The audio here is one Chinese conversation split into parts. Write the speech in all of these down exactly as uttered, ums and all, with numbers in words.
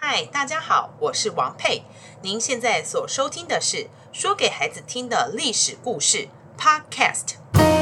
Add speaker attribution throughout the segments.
Speaker 1: 嗨，大家好，我是王佩。您现在所收听的是说给孩子听的历史故事 Podcast。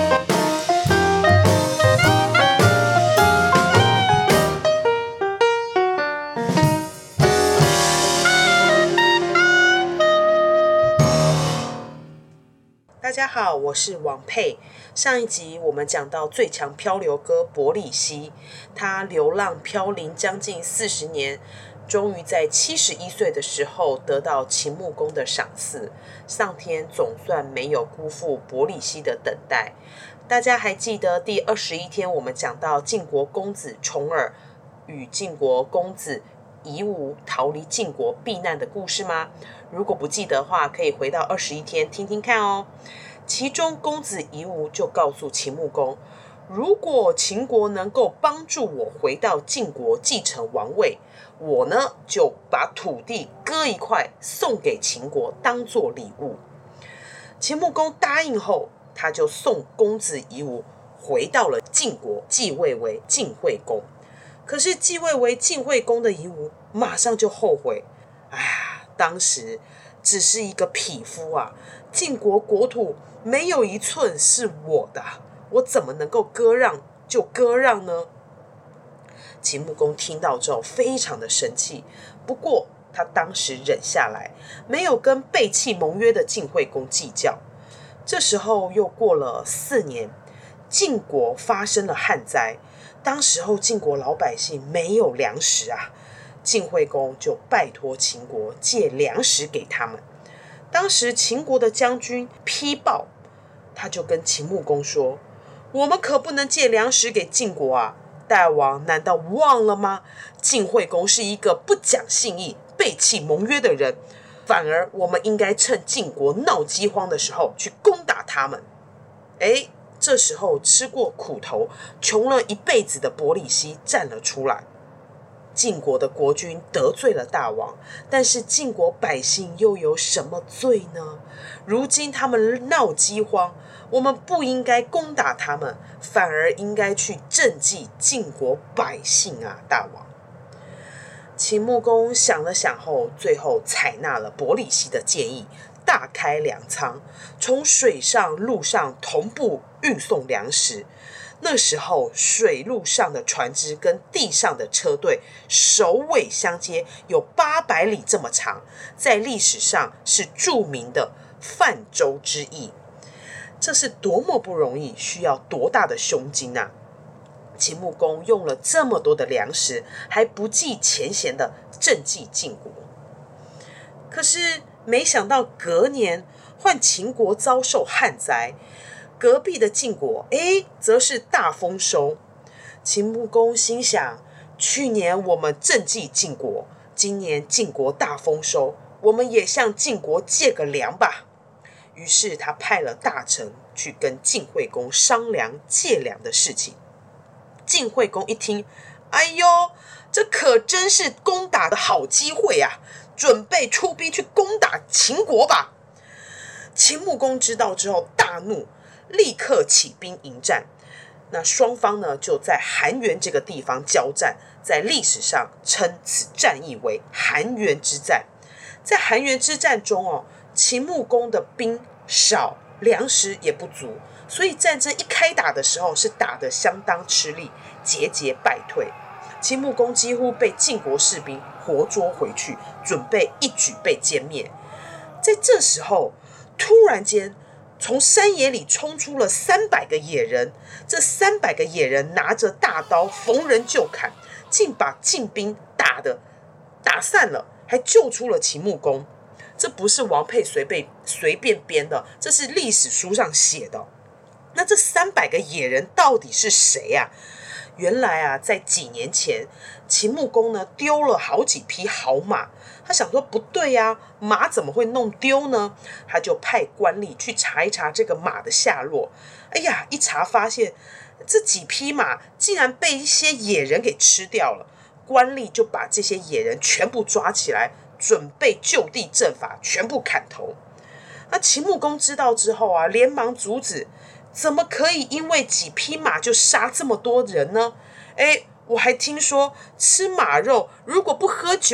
Speaker 1: 大家好，我是王佩。上一集我们讲到最强漂流哥伯里希，他流浪飘零将近四十年，终于在七十一岁的时候得到秦穆公的赏赐，上天总算没有辜负伯里希的等待。大家还记得第二十一天我们讲到晋国公子重耳与晋国公子夷吾逃离晋国避难的故事吗？如果不记得的话，可以回到二十一天听听看哦。其中公子夷吾就告诉秦穆公，如果秦国能够帮助我回到晋国继承王位，我呢就把土地割一块送给秦国当做礼物。秦穆公答应后，他就送公子夷吾回到了晋国，继位为晋惠公。可是继位为晋惠公的夷吾马上就后悔，哎呀，当时只是一个匹夫啊，晋国国土没有一寸是我的，我怎么能够割让就割让呢？秦穆公听到之后非常的生气，不过他当时忍下来，没有跟背弃盟约的晋惠公计较。这时候又过了四年，晋国发生了旱灾，当时候晋国老百姓没有粮食啊，晋惠公就拜托秦国借粮食给他们。当时秦国的将军丕豹，他就跟秦穆公说，我们可不能借粮食给晋国啊，大王难道忘了吗？晋惠公是一个不讲信义、背弃盟约的人，反而我们应该趁晋国闹饥荒的时候去攻打他们。诶，这时候吃过苦头、穷了一辈子的伯里希站了出来。晋国的国君得罪了大王，但是晋国百姓又有什么罪呢？如今他们闹饥荒，我们不应该攻打他们，反而应该去赈济晋国百姓啊！大王。秦穆公想了想后，最后采纳了伯里希的建议，大开粮仓，从水上、陆上同步运送粮食。那时候水路上的船只跟地上的车队首尾相接，有八百里这么长，在历史上是著名的泛舟之役。这是多么不容易，需要多大的胸襟啊！秦穆公用了这么多的粮食，还不计前嫌的赈济晋国。可是没想到隔年换秦国遭受旱灾，隔壁的晋国，诶，则是大丰收。秦穆公心想，去年我们赈济晋国，今年晋国大丰收，我们也向晋国借个粮吧。于是他派了大臣去跟晋惠公商量借粮的事情。晋惠公一听，哎呦，这可真是攻打的好机会啊，准备出兵去攻打秦国吧。秦穆公知道之后大怒，立刻起兵迎战。那双方呢就在韩原这个地方交战，在历史上称此战役为韩原之战。在韩原之战中哦，秦穆公的兵少，粮食也不足，所以战争一开打的时候是打得相当吃力，节节败退。秦穆公几乎被晋国士兵活捉回去，准备一举被歼灭。在这时候，突然间从山野里冲出了三百个野人，这三百个野人拿着大刀，逢人就砍，竟把晋兵打的打散了，还救出了秦穆公。这不是王佩随便随便编的，这是历史书上写的。那这三百个野人到底是谁啊？原来啊，在几年前，秦穆公呢丢了好几匹好马，他想说不对啊，马怎么会弄丢呢？他就派官吏去查一查这个马的下落。哎呀，一查发现这几匹马竟然被一些野人给吃掉了。官吏就把这些野人全部抓起来，准备就地正法，全部砍头。那秦穆公知道之后啊，连忙阻止，怎么可以因为几匹马就杀这么多人呢？诶，我还听说吃马肉如果不喝酒，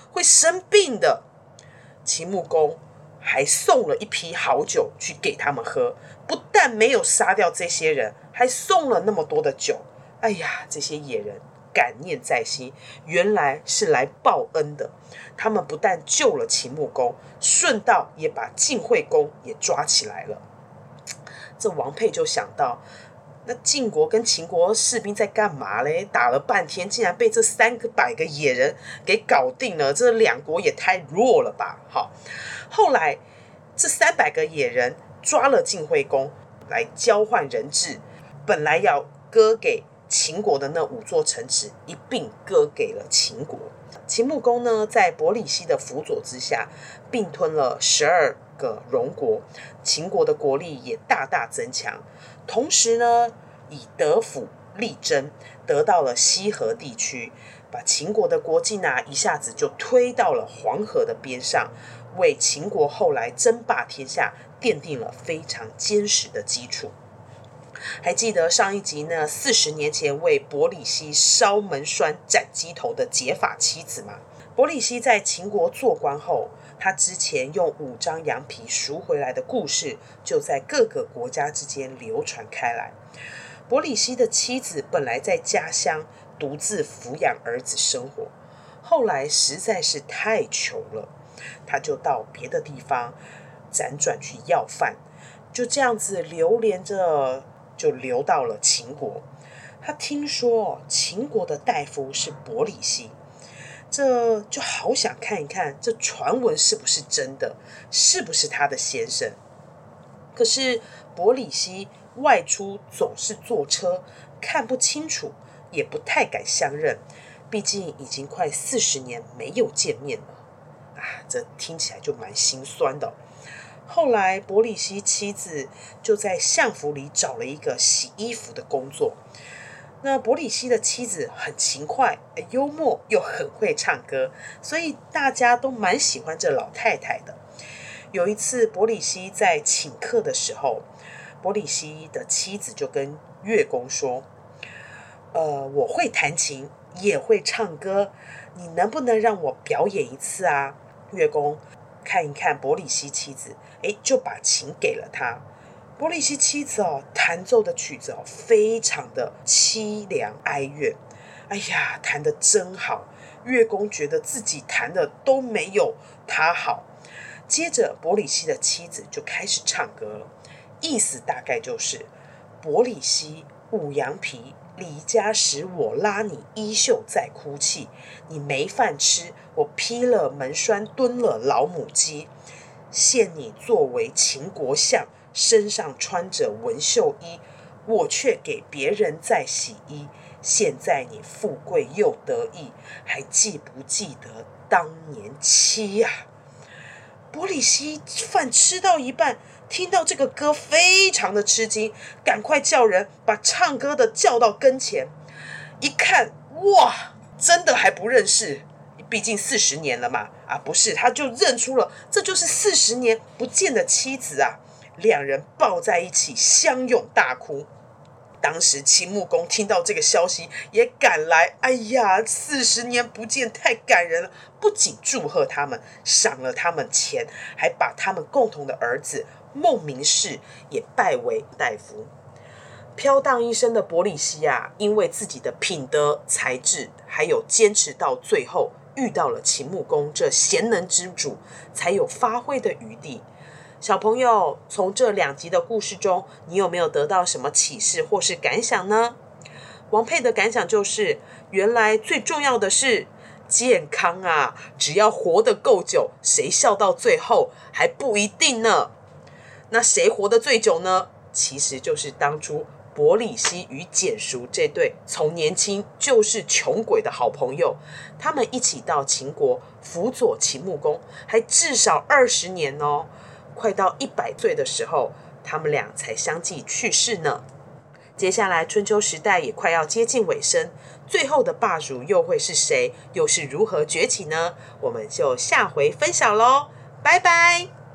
Speaker 1: 会生病的。秦穆公还送了一批好酒去给他们喝，不但没有杀掉这些人，还送了那么多的酒。哎呀，这些野人感念在心，原来是来报恩的。他们不但救了秦穆公，顺道也把晋惠公也抓起来了。这王佩就想到，那晋国跟秦国士兵在干嘛嘞？打了半天，竟然被这三个百个野人给搞定了，这两国也太弱了吧！好，后来这三百个野人抓了晋惠公来交换人质，本来要割给秦国的那五座城池一并割给了秦国。秦穆公呢，在伯里奚的辅佐之下，并吞了十二个戎国，秦国的国力也大大增强。同时呢，以德府力争，得到了西河地区，把秦国的国境啊，一下子就推到了黄河的边上，为秦国后来争霸天下奠定了非常坚实的基础。还记得上一集呢，四十年前为伯里奚烧门栓斩鸡头的结发妻子吗？伯里奚在秦国做官后，他之前用五张羊皮赎回来的故事，就在各个国家之间流传开来。伯里奚的妻子本来在家乡独自抚养儿子生活，后来实在是太穷了，他就到别的地方辗转去要饭，就这样子流连着，就流到了秦国。他听说秦国的大夫是伯里奚，这就好想看一看这传闻是不是真的，是不是他的先生。可是伯里奚外出总是坐车，看不清楚，也不太敢相认，毕竟已经快四十年没有见面了啊，这听起来就蛮心酸的。后来伯里奚妻子就在相府里找了一个洗衣服的工作。那伯里奚的妻子很勤快、幽默，又很会唱歌，所以大家都蛮喜欢这老太太的。有一次伯里奚在请客的时候，伯里奚的妻子就跟乐工说，呃，我会弹琴，也会唱歌，你能不能让我表演一次啊？乐工看一看伯里奚妻子，诶，就把琴给了他。伯里奚妻子哦，弹奏的曲子哦，非常的凄凉哀怨。哎呀，弹得真好，乐工觉得自己弹的都没有他好。接着伯里奚的妻子就开始唱歌了，意思大概就是，伯里奚五羊皮，离家时我拉你衣袖在哭泣，你没饭吃，我披了门栓蹲了老母鸡，现你作为秦国相，身上穿着纹绣衣，我却给别人在洗衣，现在你富贵又得意，还记不记得当年妻啊？伯里奚饭吃到一半，听到这个歌非常的吃惊，赶快叫人把唱歌的叫到跟前。一看，哇，真的还不认识，毕竟四十年了嘛，啊不是，他就认出了，这就是四十年不见的妻子啊。两人抱在一起相拥大哭。当时秦穆公听到这个消息也赶来，哎呀，四十年不见太感人了，不仅祝贺他们，赏了他们钱，还把他们共同的儿子孟明视也拜为大夫。飘荡一生的伯里奚啊，因为自己的品德、才智，还有坚持到最后，遇到了秦穆公这贤能之主，才有发挥的余地。小朋友，从这两集的故事中，你有没有得到什么启示或是感想呢？王佩的感想就是，原来最重要的是健康啊！只要活得够久，谁笑到最后还不一定呢。那谁活得最久呢？其实就是当初伯里奚与蹇叔这对从年轻就是穷鬼的好朋友，他们一起到秦国辅佐秦穆公，还至少二十年哦。快到一百岁的时候，他们俩才相继去世呢。接下来春秋时代也快要接近尾声，最后的霸主又会是谁？又是如何崛起呢？我们就下回分享咯，拜拜。